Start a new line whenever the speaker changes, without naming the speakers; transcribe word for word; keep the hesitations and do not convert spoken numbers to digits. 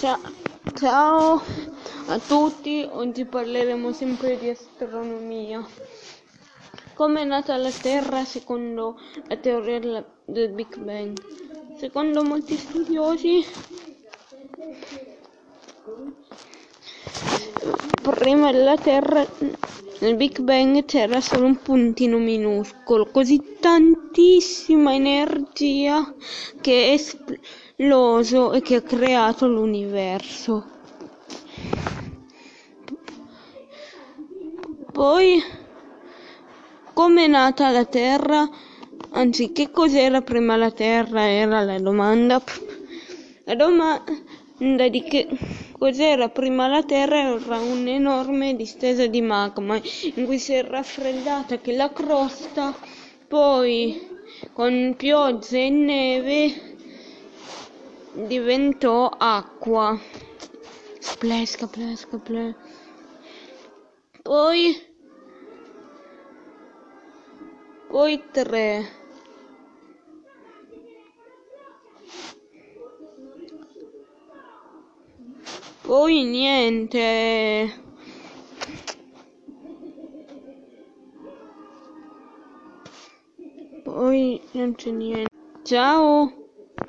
Ciao, ciao a tutti, oggi parleremo sempre di astronomia. Come è nata la Terra secondo la teoria del, del Big Bang? Secondo molti studiosi, prima della Terra, nel Big Bang c'era solo un puntino minuscolo, così tantissima energia che è esploso e che ha creato l'universo. Poi, come è nata la Terra? Anzi, che cos'era prima la Terra? Era la domanda. La domanda di che cos'era prima la Terra era un'enorme distesa di magma in cui si è raffreddata che la crosta, poi con piogge e neve diventò acqua. Splesca, plesca, ple. Poi, poi tre. Poi niente. Poi non c'è niente. Ciao.